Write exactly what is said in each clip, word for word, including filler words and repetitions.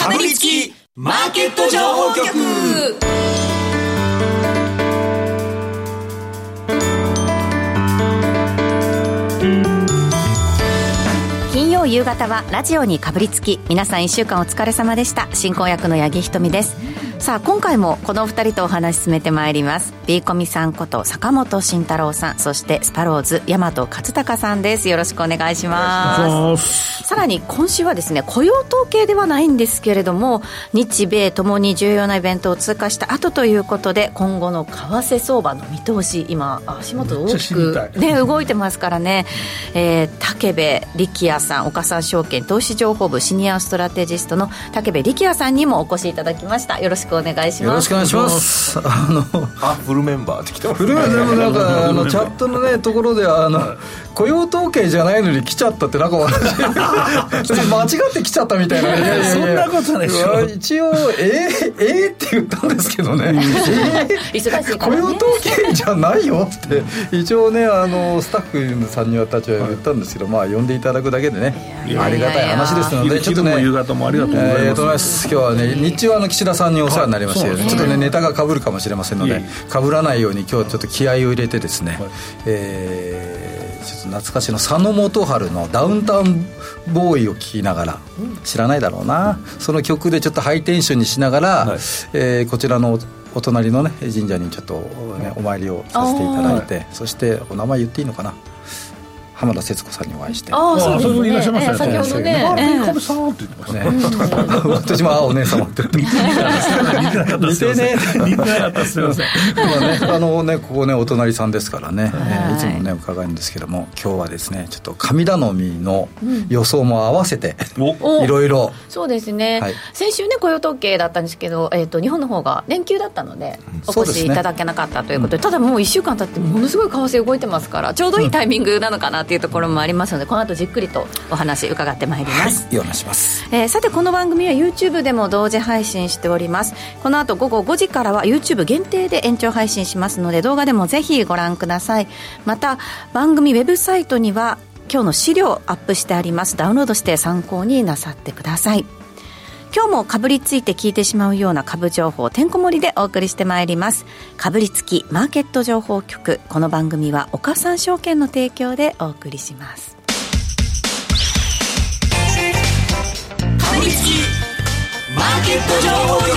かぶりつきマーケット情報局。 金曜夕方はラジオにかぶりつき、皆さんいっしゅうかんお疲れ様でした。進行役の八木ひとみです。さあ今回もこのふたりとお話し進めてまいります。 B コミさんこと坂本慎太郎さん、そしてスパローズ大和勝孝さんです。よろしくお願いします。さらに今週はですね、雇用統計ではないんですけれども、日米ともに重要なイベントを通過した後ということで、今後の為替相場の見通し、今足元大きく、ね、動いてますからね、えー、武部力也さん、岡三証券投資情報部シニアストラテジストの武部力也さんにもお越しいただきました。よろしくお願いします。 よろしくお願いします。あのあフルメンバーって来てますね。 フルメンバーでもなんかあのチャットのねところであの雇用統計じゃないのに来ちゃったってなんか間違って来ちゃったみたいな。いやいやいやそんなことないでしょ。 一応えー、えー、って言ったんですけどね、えー、雇用統計じゃないよって一応ねあのスタッフさんにはたちは言ったんですけど、まあ呼んでいただくだけでねありがたい話ですので、ちょっとね夕方もありがとうございます。 えー、と今日はね日中はあの岸田さんにお世話になりまして、はい、ちょっとねネタが被るかもしれませんので被らないように今日ちょっと気合を入れてですね、はい、えー、ちょっと懐かしの佐野元春のダウンタウンボーイを聴きながら、うん、知らないだろうな、その曲でちょっとハイテンションにしながら、はい、えー、こちらのお隣のね神社にちょっと、ね、お参りをさせていただいて、そしてお名前言っていいのかな、浜田節子さんにお会いして、 ああそうですね、 いらっしゃいましたね、 先ほどね、 あ、カブさんって言ってましたね。 私もあお姉様って言って似てね似てなかったすみません。 あのねここねお隣さんですからね、えー、いつもね伺うんですけども、今日はですねちょっと神頼みの予想も合わせて、うん、いろいろそうですね、はい、先週ね雇用統計だったんですけど、えー、と日本の方が連休だったのでお越しいただけなかったということで、ただもういっしゅうかん経ってものすごい為替動いてますから、ちょうどいいタイミングなのかなというところもありますので、この後じっくりとお話伺ってまいります、 はい、お願いします。 えー、さてこの番組は YouTube でも同時配信しております。この後午後ごじからは YouTube 限定で延長配信しますので、動画でもぜひご覧ください。また番組ウェブサイトには今日の資料アップしてあります。ダウンロードして参考になさってください。今日もかぶりついて聞いてしまうような株情報てんこ盛りでお送りしてまいります。かぶりつきマーケット情報局、この番組は岡三証券の提供でお送りします。 かぶりつきマーケット情報局。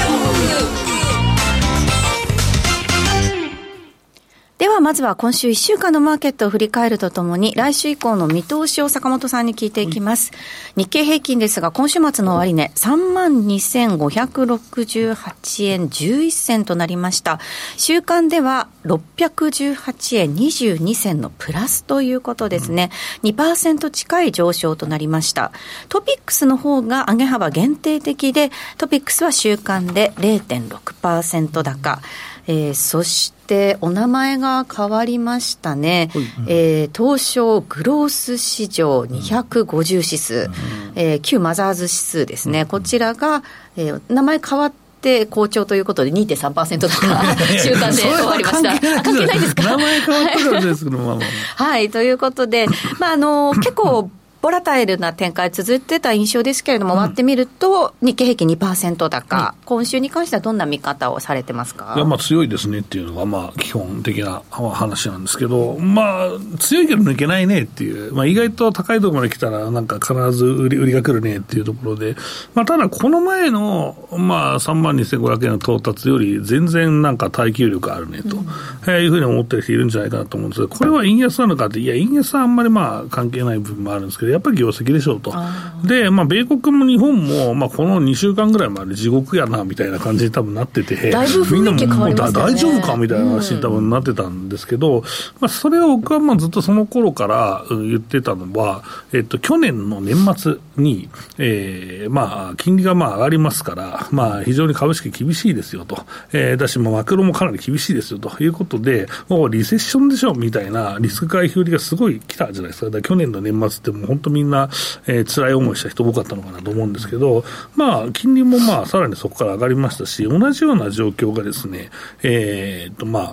ではまずは今週いっしゅうかんのマーケットを振り返るとともに、来週以降の見通しを坂本さんに聞いていきます。日経平均ですが、今週末の終値 さんまんにせんごひゃくろくじゅうはちえんじゅういっせんとなりました。週間ではろっぴゃくじゅうはちえんにじゅうにせんのプラスということですね。 にパーセント 近い上昇となりました。トピックスの方が上げ幅限定的で、トピックスは週間で れいてんろくパーセント 高、えー、そしてお名前が変わりましたね、うん、えー、東証グロース市場にひゃくごじゅう指数、うん、えー、旧マザーズ指数ですね、うん、こちらが、えー、名前変わって好調ということで にてんさんパーセント 高週間で終わりました。関係ないですか。 名前変わったからですけど、まあまあはいということで、まあ、あの結構ボラタイルな展開続いてた印象ですけれども、終わってみると日経平均 にパーセント 高、うん、今週に関してはどんな見方をされてますか。 いや、まあ、強いですねっていうのがまあ基本的な話なんですけど、まあ強いけど抜けないねっていう、まあ、意外と高いところまで来たらなんか必ず売り、売りが来るねっていうところで、まあ、ただこの前の、まあ、さんまんにせんごひゃくえんの到達より全然なんか耐久力あるねと、うん、えー、いうふうに思ってる人いるんじゃないかなと思うんですけど、これは円安なのかって、いや円安はあんまりまあ関係ない部分もあるんですけど、やっぱり業績でしょうと。で、まあ、米国も日本も、まあ、このにしゅうかんぐらいまで地獄やなみたいな感じに多分なってて、 だいぶ雰囲気変わりますよね。 大丈夫かみたいな話に多分なってたんですけど、うん、まあ、それを僕はまあずっとその頃から言ってたのは、えっと、去年の年末に、えー、まあ金利がまあ上がりますから、まあ、非常に株式厳しいですよと、えー、だし、まあ、マクロもかなり厳しいですよということで、もうリセッションでしょみたいなリスク回避売りがすごい来たじゃないですか。だから去年の年末ってもう本当みんな、えー、辛い思いした人多かったのかなと思うんですけど、まあ、金利もまあさらにそこから上がりましたし、同じような状況がですね、えーとまあ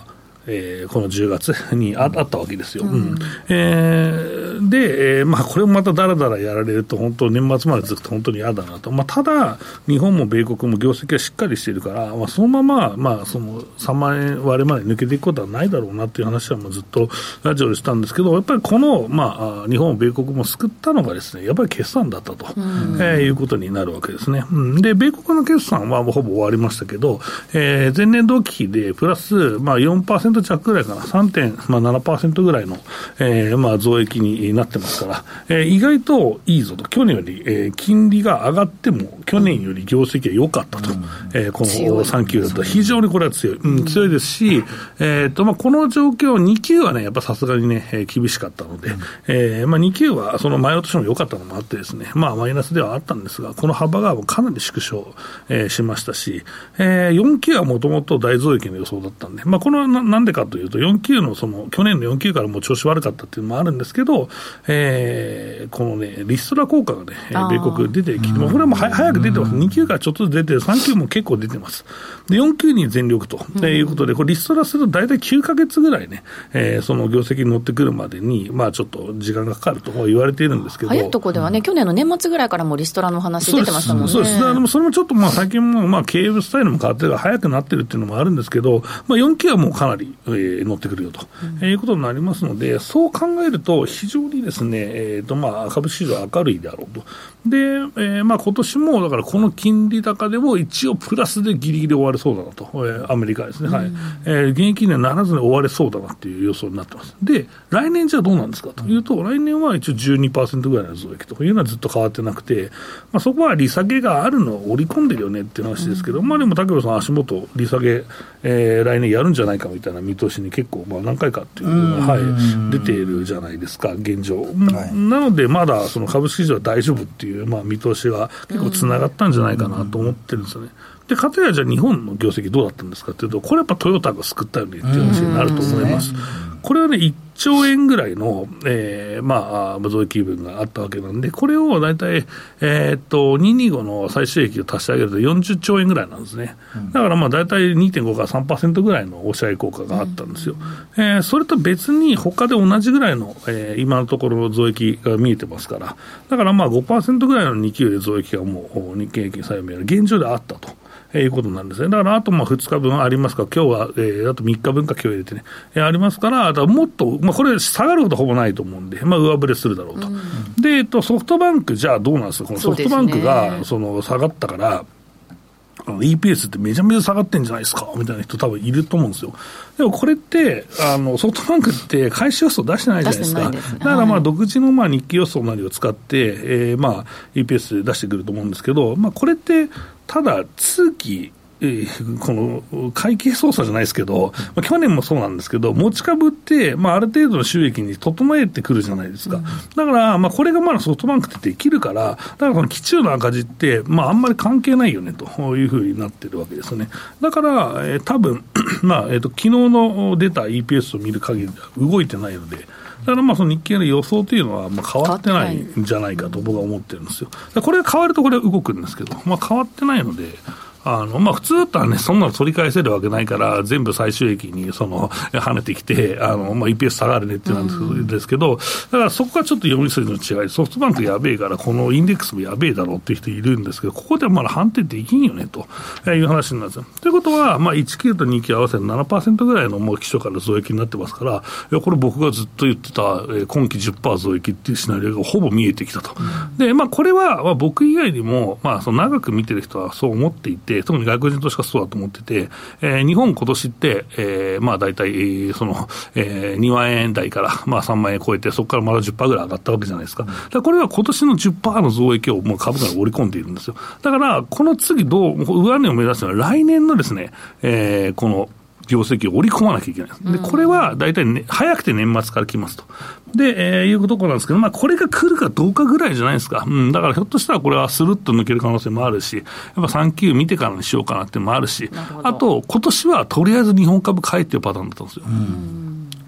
えー、このじゅうがつに あ, あったわけですよ、うんうんえー、で、えーまあ、これもまただらだらやられると本当年末まで続くと本当に嫌だなと、まあ、ただ日本も米国も業績がしっかりしているから、まあ、そのまま、まあ、そのさんまんえん割れまで抜けていくことはないだろうなっていう話はもうずっとラジオでしたんですけど、やっぱりこの、まあ、日本も米国も救ったのがですね、やっぱり決算だったと、うんえー、いうことになるわけですね、うん、で米国の決算はもうほぼ終わりましたけど、えー、前年同期比でプラス、まあ、よんパーセント弱ぐらいかな、さんてんななパーセント ぐらいの、えーまあ、増益になってますから、えー、意外といいぞと、去年より、えー、金利が上がっても去年より業績は良かったと、うんえー、このさん級だと非常にこれは強い、うん、強いですし、えーとまあ、この状況に級はねやっぱさすがにね、えー、厳しかったので、うんえーまあ、に級はその前の年も良かったのもあってですね、まあ、マイナスではあったんですが、この幅がかなり縮小、えー、しましたし、えー、よん級はもともと大増益の予想だったんで、まあ、これは な, なんでかというとよん級のその去年のよん級からもう調子悪かったっていうのもあるんですけど、えー、このねリストラ効果がね米国出てきて、これはもう早く出てます。に級からちょっとずつ出て、さん級も結構出てます。でよん級に全力と、うん、いうことで、これリストラすると大体きゅうかげつぐらいね、えー、その業績に乗ってくるまでに、まあ、ちょっと時間がかかると言われているんですけど、 早いところではね、うん、去年の年末ぐらいからもリストラの話出てましたもんね。 そうです。そうです。でもそれもちょっとまあ最近もまあ経営スタイルも変わってる早くなってるっていうのもあるんですけど、まあ、よん級はもうかなり、えー、乗ってくるよと、うん、いうことになりますので、そう考えると非常にですね、えーとまあ、株式市場明るいであろうと。で、えーまあ、今年もだからこの金利高でも一応プラスでギリギリ終われそうだなと、えー、アメリカですね、はいえー、現役にはならずに終われそうだなっていう予想になってます。で来年じゃあどうなんですかというと、来年は一応 じゅうにパーセント ぐらいの増益というのはずっと変わってなくて、まあ、そこは利下げがあるのを織り込んでるよねっていう話ですけど、うんまあ、でも武部さん足元利下げ、えー、来年やるんじゃないかみたいな見通しに結構まあ何回かっていうのが、はい、出ているじゃないですか現状、はい、なのでまだその株式市場は大丈夫っていう、まあ、見通しが結構つながったんじゃないかなと思ってるんですよね。でかたやじゃあ日本の業績どうだったんですかというと、これやっぱトヨタが救ったよねっていう話になると思います。これはねいっちょうえんぐらいの、えー、まあ増益分があったわけなんで、これを大体、えー、っとにひゃくにじゅうごの最終益を足してあげるとよんじゅっちょうえんぐらいなんですね。だからまあ大体 にてんご から さんパーセント ぐらいの押し上げ効果があったんですよ。えー、それと別に他で同じぐらいの、えー、今のところの増益が見えてますから、だからまあ ごパーセント ぐらいのに級で増益がもう日経平均最後現状であったと。えー、いうことなんですね。だからあとまあふつかぶんありますから、今日は、えー、あとみっかぶんか今日入れてね、えー、ありますから、あとはもっと、まあ、これ下がることはほぼないと思うんで、まあ、上振れするだろうと。うん、で、えっと、ソフトバンクじゃあどうなんですか、このソフトバンクがその下がったから、イーピーエス ってめちゃめちゃ下がってんじゃないですかみたいな人多分いると思うんですよ。でもこれってあのソフトバンクって開始予想出してないじゃないですか。ですね、だからまあ独自のまあ日経予想なりを使って、えー、まあ イーピーエス 出してくると思うんですけど、まあ、これってただ通期えー、この会計操作じゃないですけど、まあ、去年もそうなんですけど、持ち株って、まあ、ある程度の収益に整えてくるじゃないですか。だから、まあ、これがまだソフトバンクってできるから、だからこの基中の赤字って、まあ、あんまり関係ないよねというふうになってるわけですね。だから、えー、多分まあ、えーと、昨日の出た イーピーエス を見る限りでは動いてないので、だからまあその日経の予想というのはまあ変わってないんじゃないかと僕は思ってるんですよ。これが変わるとこれは動くんですけど、まあ、変わってないので、あのまあ、普通だったらね、そんなの取り返せるわけないから、全部最終益にその跳ねてきて、あのまあ、イーピーエス 下がるねってなんですけど、だからそこがちょっと読み筋の違い、ソフトバンクやべえから、このインデックスもやべえだろうっていう人いるんですけど、ここではまだ判定できんよねという話になるんですよ。ということは、まあ、いち級とに級合わせて ななパーセント ぐらいのもう基礎から増益になってますから、いやこれ僕がずっと言ってた、えー、今期 じゅっパーセント 増益っていうシナリオがほぼ見えてきたと。で、まあ、これは、まあ、僕以外にも、まあ、その長く見てる人はそう思っていて、特に外国人としかそうだと思ってて、えー、日本今年って、えー、まあ大体、えー、その、えー、にまんえん台から、まあさんまんえん超えて、そこからまだ じゅっパーセント ぐらい上がったわけじゃないですか。だからこれは今年の じゅっパーセント の増益をもう株価に織り込んでいるんですよ。だから、この次どう、上値を目指すのは来年のですね、えー、この、業績を織り込まなきゃいけないです。で、これは大体、ね、早くて年末から来ますと。で、えー、いうところなんですけど、まあ、これが来るかどうかぐらいじゃないですか。うん、だからひょっとしたらこれはスルッと抜ける可能性もあるし、やっぱさん級見てからにしようかなっていうのもあるし、あと、今年はとりあえず日本株買いっていうパターンだったんですよ。うん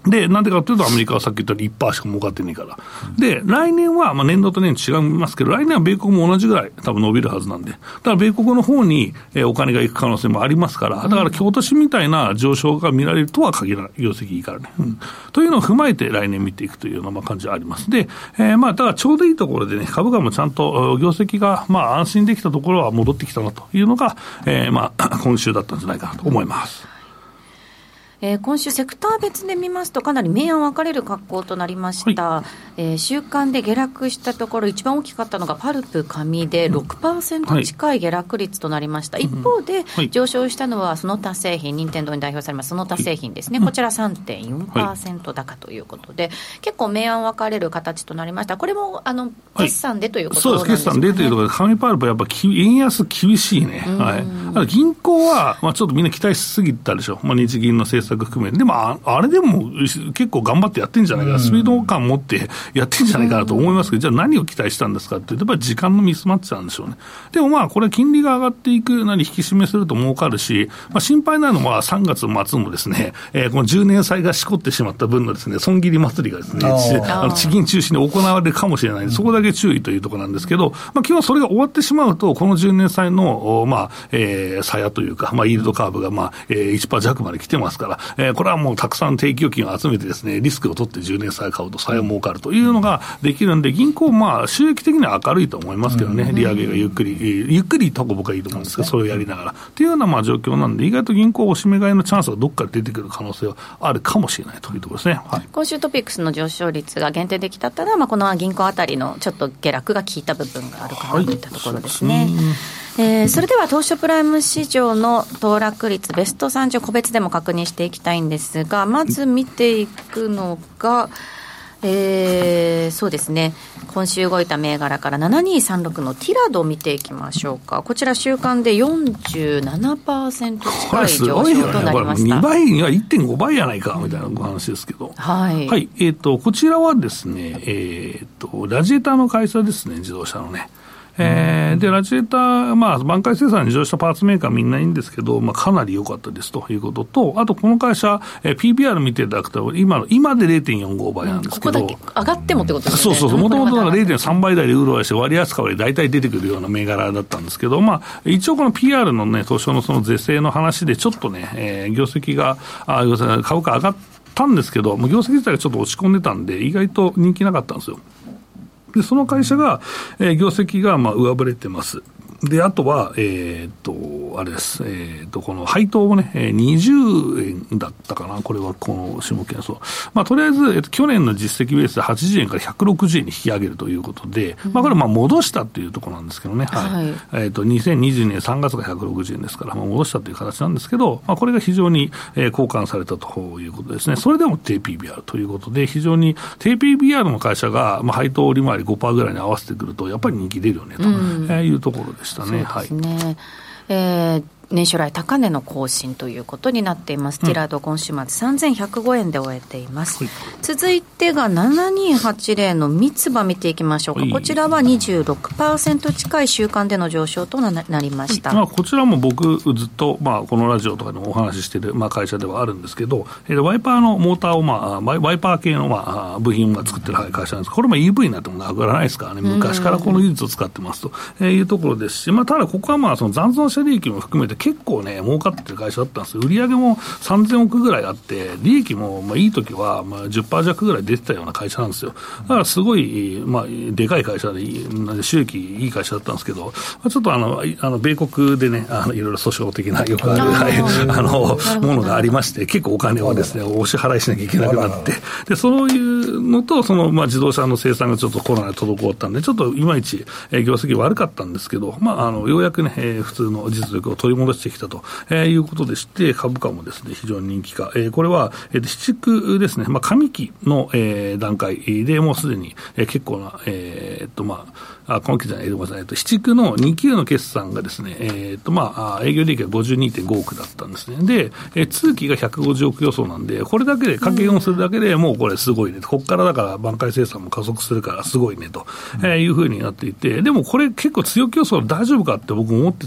で、なんでかというと、アメリカはさっき言ったように いちパーセント しか儲かってないから。で、来年は、まあ年度と年度違いますけど、来年は米国も同じぐらい多分伸びるはずなんで、だから米国の方に、えー、お金が行く可能性もありますから、だから京都市みたいな上昇が見られるとは限らない、業績いいからね。うん、というのを踏まえて来年見ていくというようなまあ感じはあります。で、えー、まあ、だからちょうどいいところでね、株価もちゃんと業績がまあ安心できたところは戻ってきたなというのが、えー、まあ、今週だったんじゃないかなと思います。 えー、今週セクター別で見ますとかなり明暗分かれる格好となりました、はい、えー、週間で下落したところ一番大きかったのがパルプ紙で ろくパーセント 近い下落率となりました、うん、一方で上昇したのはその他製品、任天堂に代表されますその他製品ですね、はい、こちら さんてんよんパーセント 高ということで、はい、結構明暗分かれる形となりました。これもあの決算でということなんですかね。 そうです、決算でというところで紙パルプはやっぱり円安厳しいね、はい、銀行は、まあ、ちょっとみんな期待しすぎたでしょ、まあ、日銀の政策含めでも あ, あれでも結構頑張ってやってんじゃないか、うん、スピード感持ってやってんじゃないかなと思いますけど、じゃあ何を期待したんですかっていうと、やっぱり時間のミスマッチなんでしょうね。でもまあこれ金利が上がっていくなり引き締めすると儲かるし、まあ、心配なのはさんがつ末のですね、えー、このじゅうねん債がしこってしまった分のですね損切り祭りがですねあの地銀中心に行われるかもしれない、そこだけ注意というところなんですけど、まあ、基本それが終わってしまうとこのじゅうねん債のまあ、えー、鞘というか、まあ、イールドカーブがまあ、えー、いちパーセント 弱まで来てますから、えー、これはもうたくさん定期預金を集めてですねリスクを取ってじゅうねん債買うと債を儲かるというのができるんで、銀行まあ収益的には明るいと思いますけどね、利上げがゆっくりゆっくりと僕はいいと思うんですけど、それをやりながらっていうようなまあ状況なんで、意外と銀行押し目買いのチャンスがどっかで出てくる可能性はあるかもしれないというところですね、はい、 今週トピックスの上昇率が限定的だったら、まあ、この銀行あたりのちょっと下落が効いた部分があるかなといったところですね、はい、えー、それでは東証プライム市場の騰落率ベストさんじゅう個別でも確認していきたいんですが、まず見ていくのが、えー、そうですね、今週動いた銘柄からななにさんろくのティラドを見ていきましょうか。こちら週間で よんじゅうななパーセント 近い上昇となりました。 にばいには いってんごばいやないかみたいなお話ですけど、 はい、 はい、えーと、こちらはですね、えーと、ラジエーターの会社ですね、自動車のね。えー、でラジエーター、まあ、挽回生産に上したパーツメーカーみんないいんですけど、まあ、かなり良かったですということと、あとこの会社、えー、ピービーアール 見ていただくと今の今で れいてんよんご 倍なんですけど、 うん、ここだけ上がってもってことですね。 そうそうそう、もともと れいてんさん 倍台でうろうろして割安株で大体出てくるような銘柄だったんですけど、まあ、一応この ピーアール のね東証のその是正の話でちょっとね、えー、業績があ株価上がったんですけど、もう業績自体がちょっと落ち込んでたんで意外と人気なかったんですよ。でその会社が、えー、業績がまあ上振れてます。であとは、えー、っとあれです、えー、っとこの配当もね、えー、にじゅうえんだったかな、これはこの種目やそう、まあ、とりあえず、えー、っと去年の実績ベースではちじゅうえんからひゃくろくじゅうえんに引き上げるということで、うん、まあ、これはまあ戻したというところなんですけどね、はいはい、えー、っとにせんにじゅうねんさんがつがひゃくろくじゅうえんですから、まあ、戻したという形なんですけど、まあ、これが非常に、えー、交換されたということですね。それでも低 ピービーアール ということで、非常に低 ピービーアール の会社が、まあ、配当利回り ごパーセント ぐらいに合わせてくるとやっぱり人気出るよねというところでしたね。 そうですね、はい、えー年初来高値の更新ということになっています、うん、ティラド今週末さんぜんひゃくごえんで終えています、はい、続いてがななにはちぜろの三つ葉見ていきましょうか、はい、こちらは にじゅうろくパーセント 近い週間での上昇と な, なりました、 まあ、こちらも僕ずっと、まあ、このラジオとかでもお話ししている、まあ、会社ではあるんですけど、えー、ワイパーのモーターを、まあ、ワイパー系の、まあ、部品を作ってる会社なんです。これも イーブイ になってもなくならないですからね、昔からこの技術を使ってますというところですし、まあ、ただここはまあその残存者利益も含めて結構ね儲かってる会社だったんですよ。売上もさんぜんおくぐらいあって、利益もまあいい時はまあ じゅっパーセント 弱ぐらい出てたような会社なんですよ。だからすごい、まあ、でかい会社で、収益いい会社だったんですけど、ちょっとあの、あの米国でね、あのいろいろ訴訟的なよくあるあのものがありまして、結構お金をですね、お支払いしなきゃいけなくなって、で、そういうのと、その、まあ、自動車の生産がちょっとコロナで滞ったんで、ちょっといまいち業績悪かったんですけど、まあ、あの、ようやくね、えー、普通の実力を取り戻してきたと、えー、いうことでして、株価もですね、非常に人気化。えー、これは、えー、市区ですね、まあ、上期の、えー、段階でもうすでに、えー、結構な、えー、っと、まあ、あ、今期じゃない、ごめんなさい、えっと、市区のに級の決算がですね、えー、っと、まあ、営業利益が ごじゅうにてんごおくだったんですね。で、えー、通期がひゃくごじゅうおく予想なんで、これだけで、掛けよんするだけでもうこれすごいね。ここからだから挽回生産も加速するからすごいねと、うん、えー、いうふうになっていて、でもこれ結構強気予想大丈夫かって僕思ってたんですけ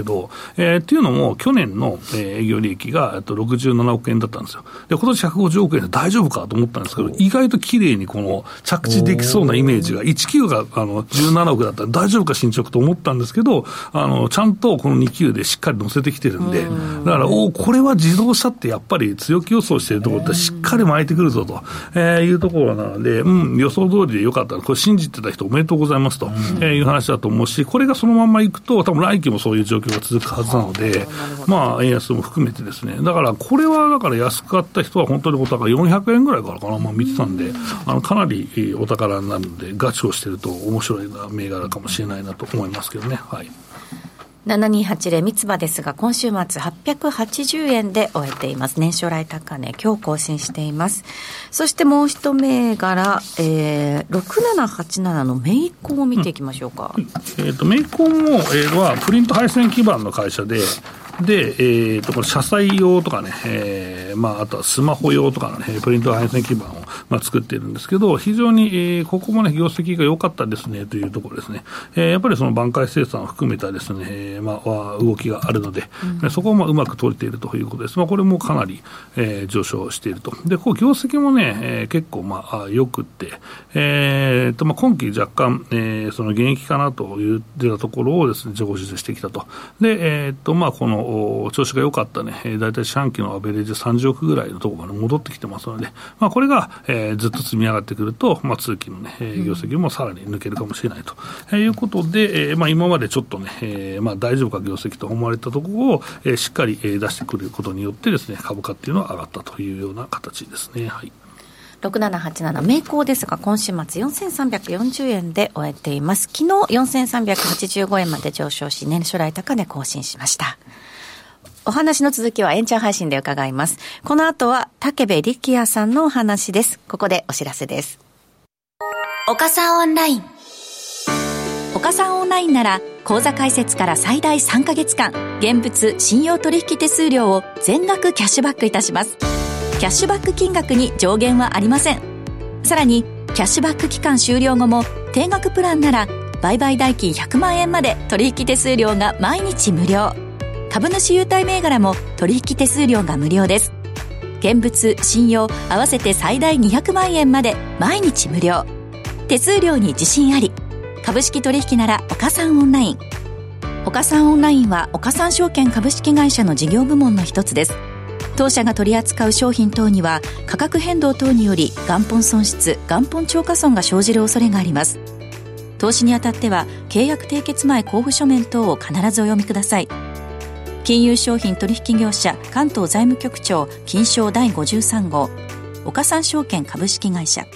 ど、えー、っていうのも去年の、えー、営業利益がえっとろくじゅうななおくえんだったんですよ。で今年ひゃくごじゅうおくえんで大丈夫かと思ったんですけど、意外と綺麗にこの着地できそうなイメージが、いちきゅうがあのじゅうななおくだったら大丈夫か進捗と思ったんですけど、あのちゃんとこのにきゅうでしっかり乗せてきてるんで、だからおこれは自動車ってやっぱり強気予想しているところってしっかり巻いてくるぞと、えー、いうところなので、うん、予想通りでよかった、これ信じてた人おめでとうございますと、えー、いう話だと思うし、これがそのままいくと多分来期もそういう状況が続くはずなので、まあ円安も含めてですね、だからこれはだから安かった人は本当にお宝よんひゃくえんぐらいからかな、まあ、見てたんで、あのかなりお宝になるのでガチをしてると面白いな銘柄かもしれないなと思いますけどね。はい。 ななにーはちゼロ三つ葉ですが、今週末はっぴゃくはちじゅうえんで終えています。年初来高値今日更新しています。そしてもう一銘柄、えー、ろくななはちななのメイコーを見ていきましょうか。 うん、えー、とメイコーも、えー、はプリント配線基盤の会社で、で、えー、とこれ車載用とかね、えーまあ、あとはスマホ用とかの、ね、プリント配線基盤を、まあ、作っているんですけど、非常に、えー、ここも、ね、業績が良かったですねというところですね、えー、やっぱりその挽回生産を含めたですね、えーまあ、動きがあるので、うん、そこをまあうまく取れているということです。まあ、これもかなり、えー、上昇していると。で、こう業績もね、えー、結構まあ良くって、えーとまあ、今期若干、えー、その減益かなと言ってたところをですね、自己実施してきたと。で、えーとまあ、この調子が良かったね、だいたい四半期のアベレージさんじゅうおくぐらいのところまで戻ってきてますので、まあ、これが、えー、ずっと積み上がってくると、まあ、通期のね、業績もさらに抜けるかもしれないと、うん、いうことで、えーまあ、今までちょっとね、えーまあ、大丈夫か業績と思われたところを、えー、しっかり、えー、出してくることによってですね、株価っていうのは上がったというような形ですね。はい。 ろくななはちななメイコーですが、今週末よんせんさんびゃくよんじゅうえんで終えています。昨日よんせんさんびゃくはちじゅうごえんまで上昇し、年初来高値更新しました。お話の続きは延長配信で伺います。この後は武部力也さんのお話です。ここでお知らせです。 岡さんオンライン。 岡さんオンラインなら口座開設から最大さんかげつかん現物信用取引手数料を全額キャッシュバックいたします。キャッシュバック金額に上限はありません。さらにキャッシュバック期間終了後も定額プランなら売買代金ひゃくまんえんまで取引手数料が毎日無料。株主優待銘柄も取引手数料が無料です。現物信用合わせて最大にひゃくまんえんまで毎日無料。手数料に自信あり。株式取引なら岡三オンライン。岡三オンラインは岡三証券株式会社の事業部門の一つです。当社が取り扱う商品等には価格変動等により元本損失元本超過損が生じる恐れがあります。投資にあたっては契約締結前交付書面等を必ずお読みください。金融商品取引業者関東財務局長金商だいごじゅうさん号岡三証券株式会社。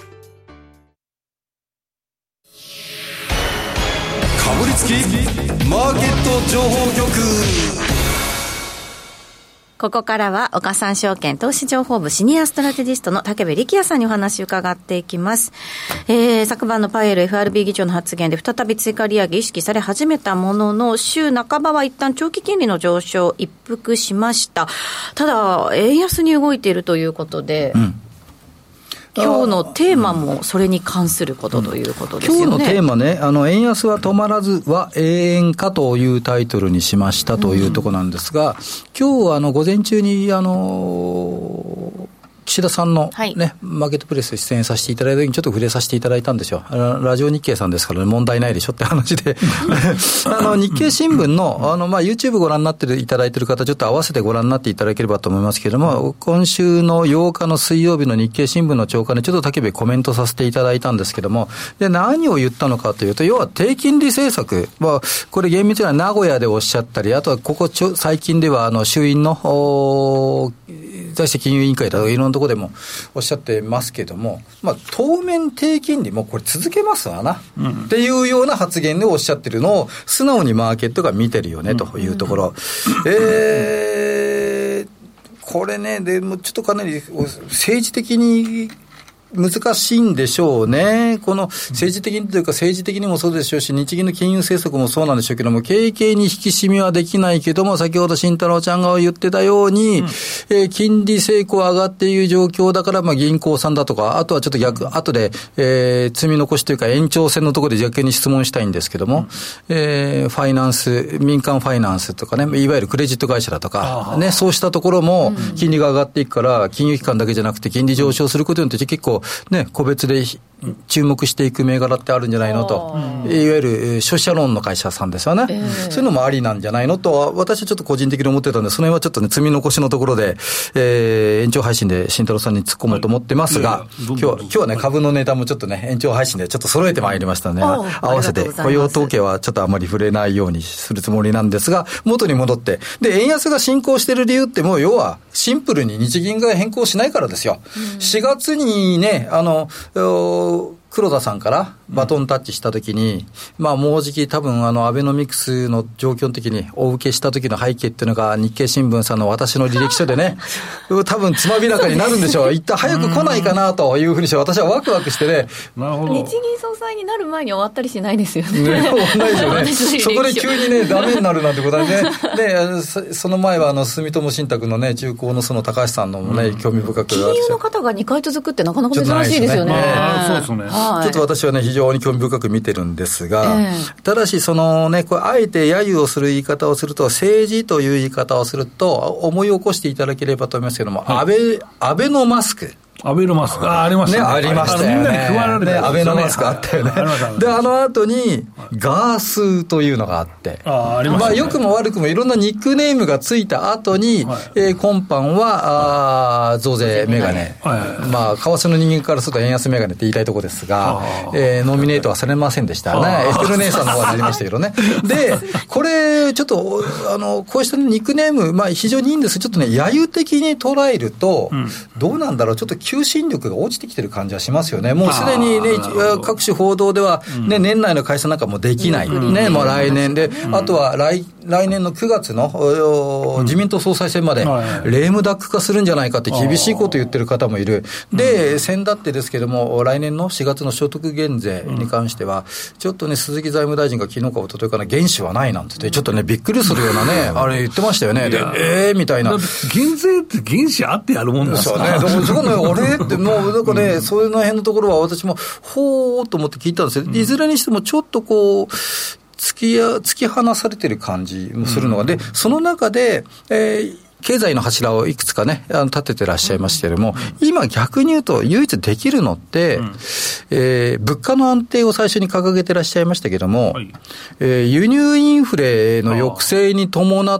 かぶりつきマーケット情報局。 ここからは岡三証券投資情報部シニアストラテジストの武部力也さんにお話を伺っていきます。えー、昨晩のパウエル エフアールビー 議長の発言で再び追加利上げ意識され始めたものの、週半ばは一旦長期金利の上昇一服しました。ただ円安に動いているということで、うん、今日のテーマもそれに関することということですよね。 今日のテーマね、あの円安は止まらずは永遠かというタイトルにしましたというところなんですが、うん、今日はあの午前中にあの岸田さんの、ね、はい、マーケットプレス出演させていただいた時にちょっと触れさせていただいたんですよ。ラジオ日経さんですから、ね、問題ないでしょって話であの日経新聞の、あの、まあ、YouTube ご覧になっていただいている方ちょっと合わせてご覧になっていただければと思いますけれども、今週のようかの水曜日の日経新聞の朝刊でちょっと武部コメントさせていただいたんですけども、で何を言ったのかというと、要は低金利政策、まあ、これ厳密には名古屋でおっしゃったり、あとはここちょ最近ではあの衆院の財政金融委員会だとかいろんなところでもおっしゃってますけども、まあ、当面低金利もこれ続けますわな、うん、っていうような発言でおっしゃってるのを素直にマーケットが見てるよね、うん、というところ、うん、えー、これねでもちょっとかなり政治的に難しいんでしょうね。この政治的にというか政治的にもそうでしょうし、日銀の金融政策もそうなんでしょうけども、軽々に引き締めはできないけども、先ほど慎太郎ちゃんが言ってたように、うん、えー、金利成功上がっている状況だから、まあ銀行さんだとか、あとはちょっと逆、うん、後で、えー、積み残しというか延長線のところで逆に質問したいんですけども、うん、えー、ファイナンス、民間ファイナンスとかね、いわゆるクレジット会社だとか、ね、そうしたところも金利が上がっていくから、金融機関だけじゃなくて金利上昇することによって結構ね、個別で注目していく銘柄ってあるんじゃないのと、いわゆる消費者ローンの会社さんですよね、えー、そういうのもありなんじゃないのとは私はちょっと個人的に思ってたんで、その辺はちょっとね積み残しのところで、えー、延長配信で慎太郎さんに突っ込もうと思ってますが、はい、今日は今日はね株のネタもちょっとね延長配信でちょっと揃えてまいりましたので、ね、合わせて雇用統計はちょっとあまり触れないようにするつもりなんですが、元に戻って、で円安が進行している理由ってもう要はシンプルに日銀が変更しないからですよ、うん、しがつにねあの黒田さんからバトンタッチしたときに、うん、まあもうじき多分あのアベノミクスの状況のときにお受けしたときの背景っていうのが日経新聞さんの私の履歴書でね多分つまびらかになるんでしょう。一旦早く来ないかなというふうにして私はワクワクしてね。 なるほど。日銀総裁になる前に終わったりしないですよね。 ね、ないですよね。そこで急にねダメになるなんてことはね。でその前はあの住友信託のね中高のその高橋さんのもね、うん、興味深く金融の方がにかい続くってなかなか珍しいですよね。 そうですね。 ちょっと私はね非常に興味深く見てるんですが、えー、ただしそのねこれあえて揶揄をする言い方をすると、政治という言い方をすると思い起こしていただければと思いますけども、はい、アベアベノマスクアベノマスク あ, ありましたね。 ねありましたよね。 みんなに配られて、ね、 アベノマスクあったよね。はい、であの後にガースというのがあって、 あありましたね。 まあ良くも悪くもいろんなニックネームがついた後に、はい、えー、今般はあ増税メガネ、はいはいはい、まあ為替の人間からすると円安メガネって言いたいところですが、えー、ノミネートはされませんでしたね。エステル姉さんの方はなりましたけどね。でこれちょっとあのこうしたニックネーム、まあ非常にいいんですけど、ちょっとね揶揄的に捉えると、うん、どうなんだろう、ちょっと求心力が落ちてきてる感じはしますよね。もうすでにね各種報道では、ね、うん、年内の解散なんかもできない、うん、ね、もう来年で、うん、あとは 来, 来年のくがつの、うん、自民党総裁選まで、うん、レームダック化するんじゃないかって厳しいこと言ってる方もいる。で、うん、先だってですけども来年のしがつの所得減税に関しては、うん、ちょっとね鈴木財務大臣が昨日か一昨日かな原資はないなんて言って、ちょっとねびっくりするようなねあれ言ってましたよね。でえーみたいな、 減税って原資あってやるもんですか。 そうね。だからそこね俺ってもうなんかね、うん、そういうの辺のところは私もほーと思って聞いたんですよ。いずれにしてもちょっとこう突きや突き放されてる感じもするのが、でその中で、えー経済の柱をいくつかねあの立ててらっしゃいましたけれども、うん、今逆に言うと唯一できるのって、うん、えー、物価の安定を最初に掲げてらっしゃいましたけれども、はい、えー、輸入インフレの抑制に伴って、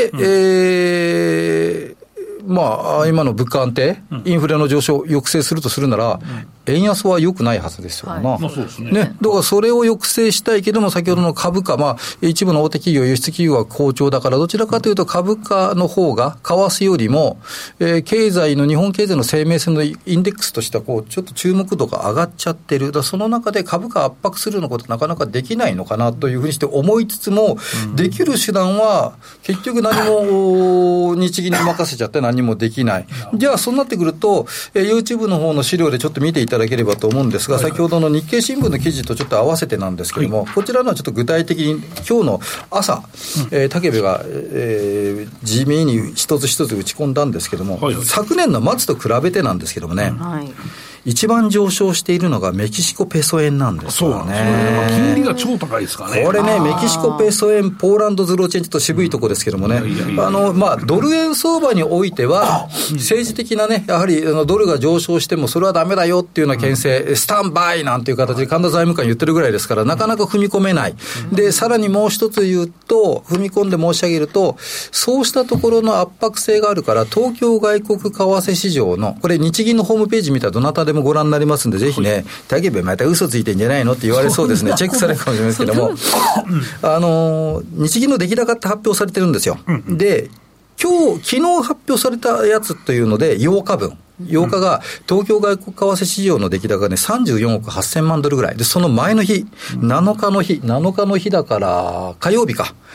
うん、えーまあ、今の物価安定、うん、インフレの上昇を抑制するとするなら、うん、円安は良くないはずですよな、はい、まあそうですね。ね、だからそれを抑制したいけども、先ほどの株価、まあ、一部の大手企業、輸出企業は好調だから、どちらかというと株価の方が、為替よりも、えー、経済の、日本経済の生命線のインデックスとしては、こう、ちょっと注目度が上がっちゃってる。だその中で株価圧迫するのことなかなかできないのかなというふうにして思いつつも、うん、できる手段は、結局何も日銀に任せちゃって何もできない。じゃあそうなってくると、えー、YouTube の方の資料でちょっと見ていただければと思うんですが、先ほどの日経新聞の記事とちょっと合わせてなんですけども、こちらのはちょっと具体的に今日の朝、えー、武部が、えー、地味に一つ一つ打ち込んだんですけども、はいはい、昨年の末と比べてなんですけどもね、はい、一番上昇しているのがメキシコペソ円なんですよね。 そう金利が超高いですかね。 これね、メキシコペソ円、ポーランドズローチェンジと渋いとこですけどもね、あの、まあ、ドル円相場においては、政治的なね、やはりあのドルが上昇してもそれはダメだよっていうような牽制、うん、スタンバイなんていう形で神田財務官言ってるぐらいですから、なかなか踏み込めない。で、さらにもう一つ言うと、踏み込んで申し上げると、そうしたところの圧迫性があるから、東京外国為替市場の、これ日銀のホームページ見たらどなたでもご覧になりますんで、ぜひね、武部また嘘ついてんじゃないのって言われそうですね、チェックされるかもしれないですけども、あの、日銀の出来高って発表されてるんですよ。で、今日、昨日発表されたやつというので、ようかぶん。ようかが東京外国為替市場の出来高がね、さんじゅうよんおくはっせんまんドルぐらいで、その前の日、なのかの日、なのかの日だから火曜日か、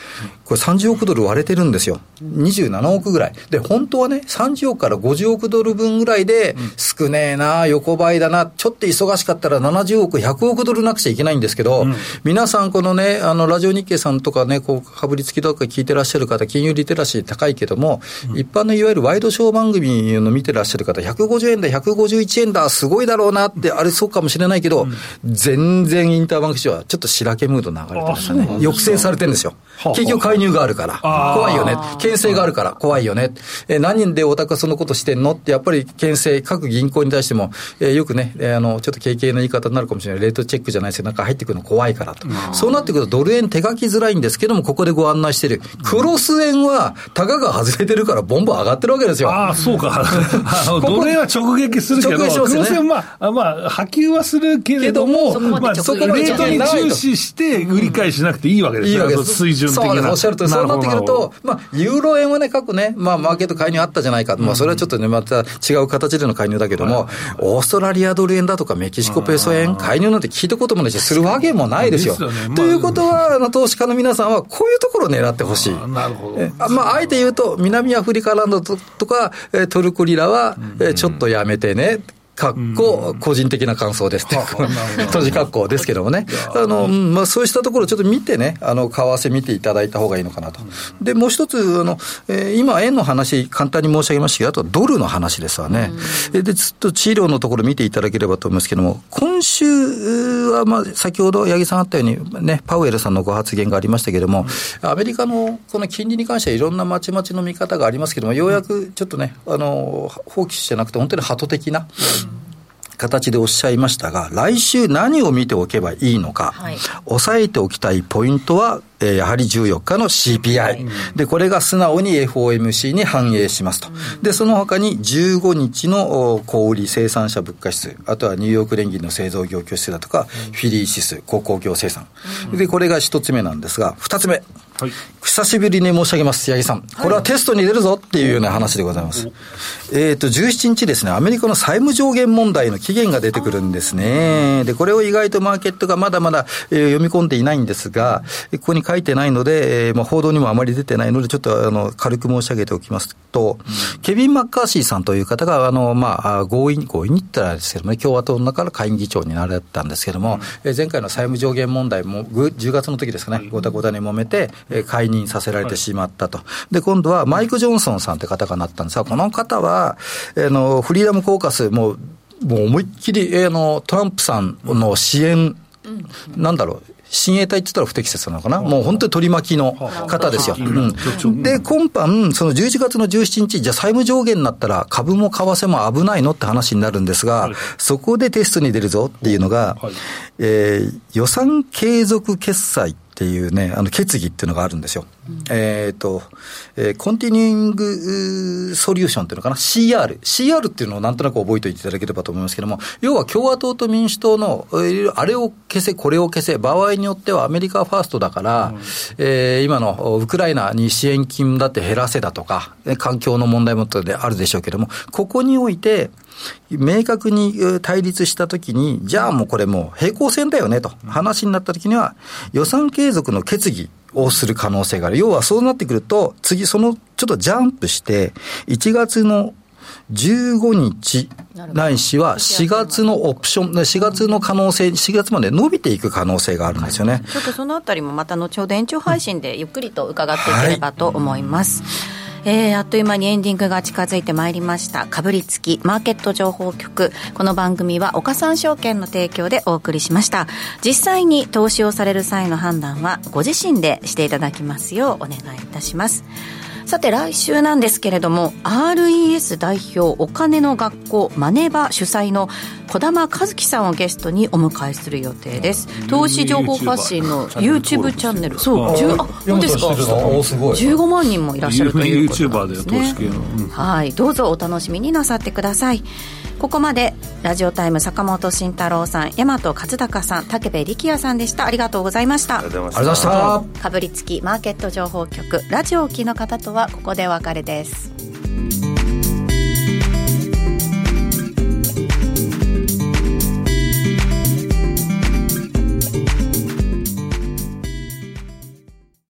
これさんじゅうおくドル割れてるんですよ。にじゅうななおくぐらいで、本当はねさんじゅうおくからごじゅうおくドル分ぐらいで、うん、少ねえな、横ばいだな、ちょっと忙しかったらななじゅうおくひゃくおくドルなくちゃいけないんですけど、うん、皆さんこのねあのラジオ日経さんとかねこうかぶりつきとか聞いてらっしゃる方、金融リテラシー高いけども、うん、一般のいわゆるワイドショー番組の見てらっしゃる方、ひゃくごじゅうえんだひゃくごじゅういちえんだすごいだろうなってあれそうかもしれないけど、うん、全然インターバンク市場はちょっと白けムード流れてましたね。抑制されてるんですよ。結局介入があるから怖いよね、牽制があるから怖いよね、え何でお宅はそのことしてんのってやっぱり牽制、各銀行に対しても、えー、よくね、えー、あのちょっと軽々な言い方になるかもしれない、レートチェックじゃないですけどなんか入ってくるの怖いからと、そうなってくるとドル円手書きづらいんですけども、ここでご案内してるクロス円はタガが外れてるからボンボン上がってるわけですよ。 ああそうかドル円は直撃するけど、ね、クロス円はまあ、まあ、波及はするけれども、まあ、そこレートに注視して売り買いしなくていいわけですよ、うん、水準的な。 そうおっしゃるとそうなってくると、まあ、ユーロ円はね過去ね、まあ、マーケット介入あったじゃないか、まあ、それはちょっとねまた違う形での介入だけども、オーストラリアドル円だとかメキシコペソ円介入なんて聞いたこともないしするわけもないですよ。ですよね、まあ、ということはあの投資家の皆さんはこういうところを狙ってほしい。あなるほど。え、まあ、あえて言うと南アフリカランドとかトルコリラはちょっとやめてね、かっこ個人的な感想ですって閉じ括弧ですけどもね、あの、まあ、そうしたところをちょっと見てね、あの為替見ていただいた方がいいのかなと。でもう一つあの、えー、今円の話簡単に申し上げましたけど、あとはドルの話ですわね。でずっと治療のところ見ていただければと思いますけども、今週はまあ先ほど八木さんあったようにね、パウエルさんのご発言がありましたけども、アメリカのこの金利に関してはいろんなまちまちの見方がありますけども、ようやくちょっとねあの放棄してなくて本当にハト的な形でおっしゃいましたが、来週何を見ておけばいいのか、はい、押さえておきたいポイントは、えー、やはりじゅうよっかの シーピーアイ、うん、でこれが素直に エフオーエムシー に反映しますと、うん、でその他にじゅうごにちの小売生産者物価指数、あとはニューヨーク連銀の製造業況指数だとか、うん、フィリー指数、鉱工業生産、うん、でこれが一つ目なんですが、二つ目、はい、久しぶりに申し上げます八木さん、これはテストに出るぞっていうような話でございます、はい、えーとじゅうしちにちですね、アメリカの債務上限問題の期限が出てくるんですね。でこれを意外とマーケットがまだまだ、えー、読み込んでいないんですが、ここに書いてないので、えーまあ、報道にもあまり出てないのでちょっとあの軽く申し上げておきますと、うん、ケビン・マッカーシーさんという方があの、まあ、強引に強引に言ったらですけども、ね、共和党の中から下院議長になられたんですけども、うん、えー、前回の債務上限問題もじゅうがつの時ですかね、ごたごたに揉めて、えー、解任させられてしまったと。で今度はマイク・ジョンソンさんという方がなったんですが、この方は、えー、のフリーダムコーカスもうもう思いっきり、えー、のトランプさんの支援、うん、なんだろう、親衛隊って言ったら不適切なのかな、うん、もう本当に取り巻きの方ですよ、うん、で今般そのじゅういちがつのじゅうしちにち、じゃあ債務上限になったら株も為替も危ないのって話になるんですが、はい、そこでテストに出るぞっていうのが、はい、えー、予算継続決済っていうね、あの決議っていうのがあるんですよ。うん、えっ、ー、と、えー、コンティニューイングソリューションっていうのかな、シーアール。シーアール っていうのをなんとなく覚えておいていただければと思いますけども、要は共和党と民主党の、えー、あれを消せ、これを消せ、場合によってはアメリカファーストだから、うん、えー、今のウクライナに支援金だって減らせだとか、環境の問題もであるでしょうけども、ここにおいて、明確に対立したときに、じゃあもうこれもう平行線だよねと話になったときには、予算継続の決議をする可能性がある。要はそうなってくると、次そのちょっとジャンプしていちがつのじゅうごにちないしはしがつのオプション、しがつの可能性、しがつまで伸びていく可能性があるんですよね。 ちょっとそのあたりもまた後ほど延長配信でゆっくりと伺っていければと思います。はい、えー、あっという間にエンディングが近づいてまいりました。かぶりつきマーケット情報局、この番組は岡三証券の提供でお送りしました。実際に投資をされる際の判断はご自身でしていただきますようお願いいたします。さて来週なんですけれども、 アールイーエス 代表お金の学校マネバ主催の小玉和樹さんをゲストにお迎えする予定です。投資情報発信の YouTube チャンネル、そう、あ、そうですか、じゅうごまんにんもいらっしゃるということなんですね。 YouTuber で投資系の、うん、はい、どうぞお楽しみになさってください。ここまでラジオタイム坂本慎太郎さん、大和勝孝さん、武部力也さんでした。ありがとうございました。 ありがとうございました。 かぶりつきマーケット情報局ラジオをお聞きの方とはここでお別れです。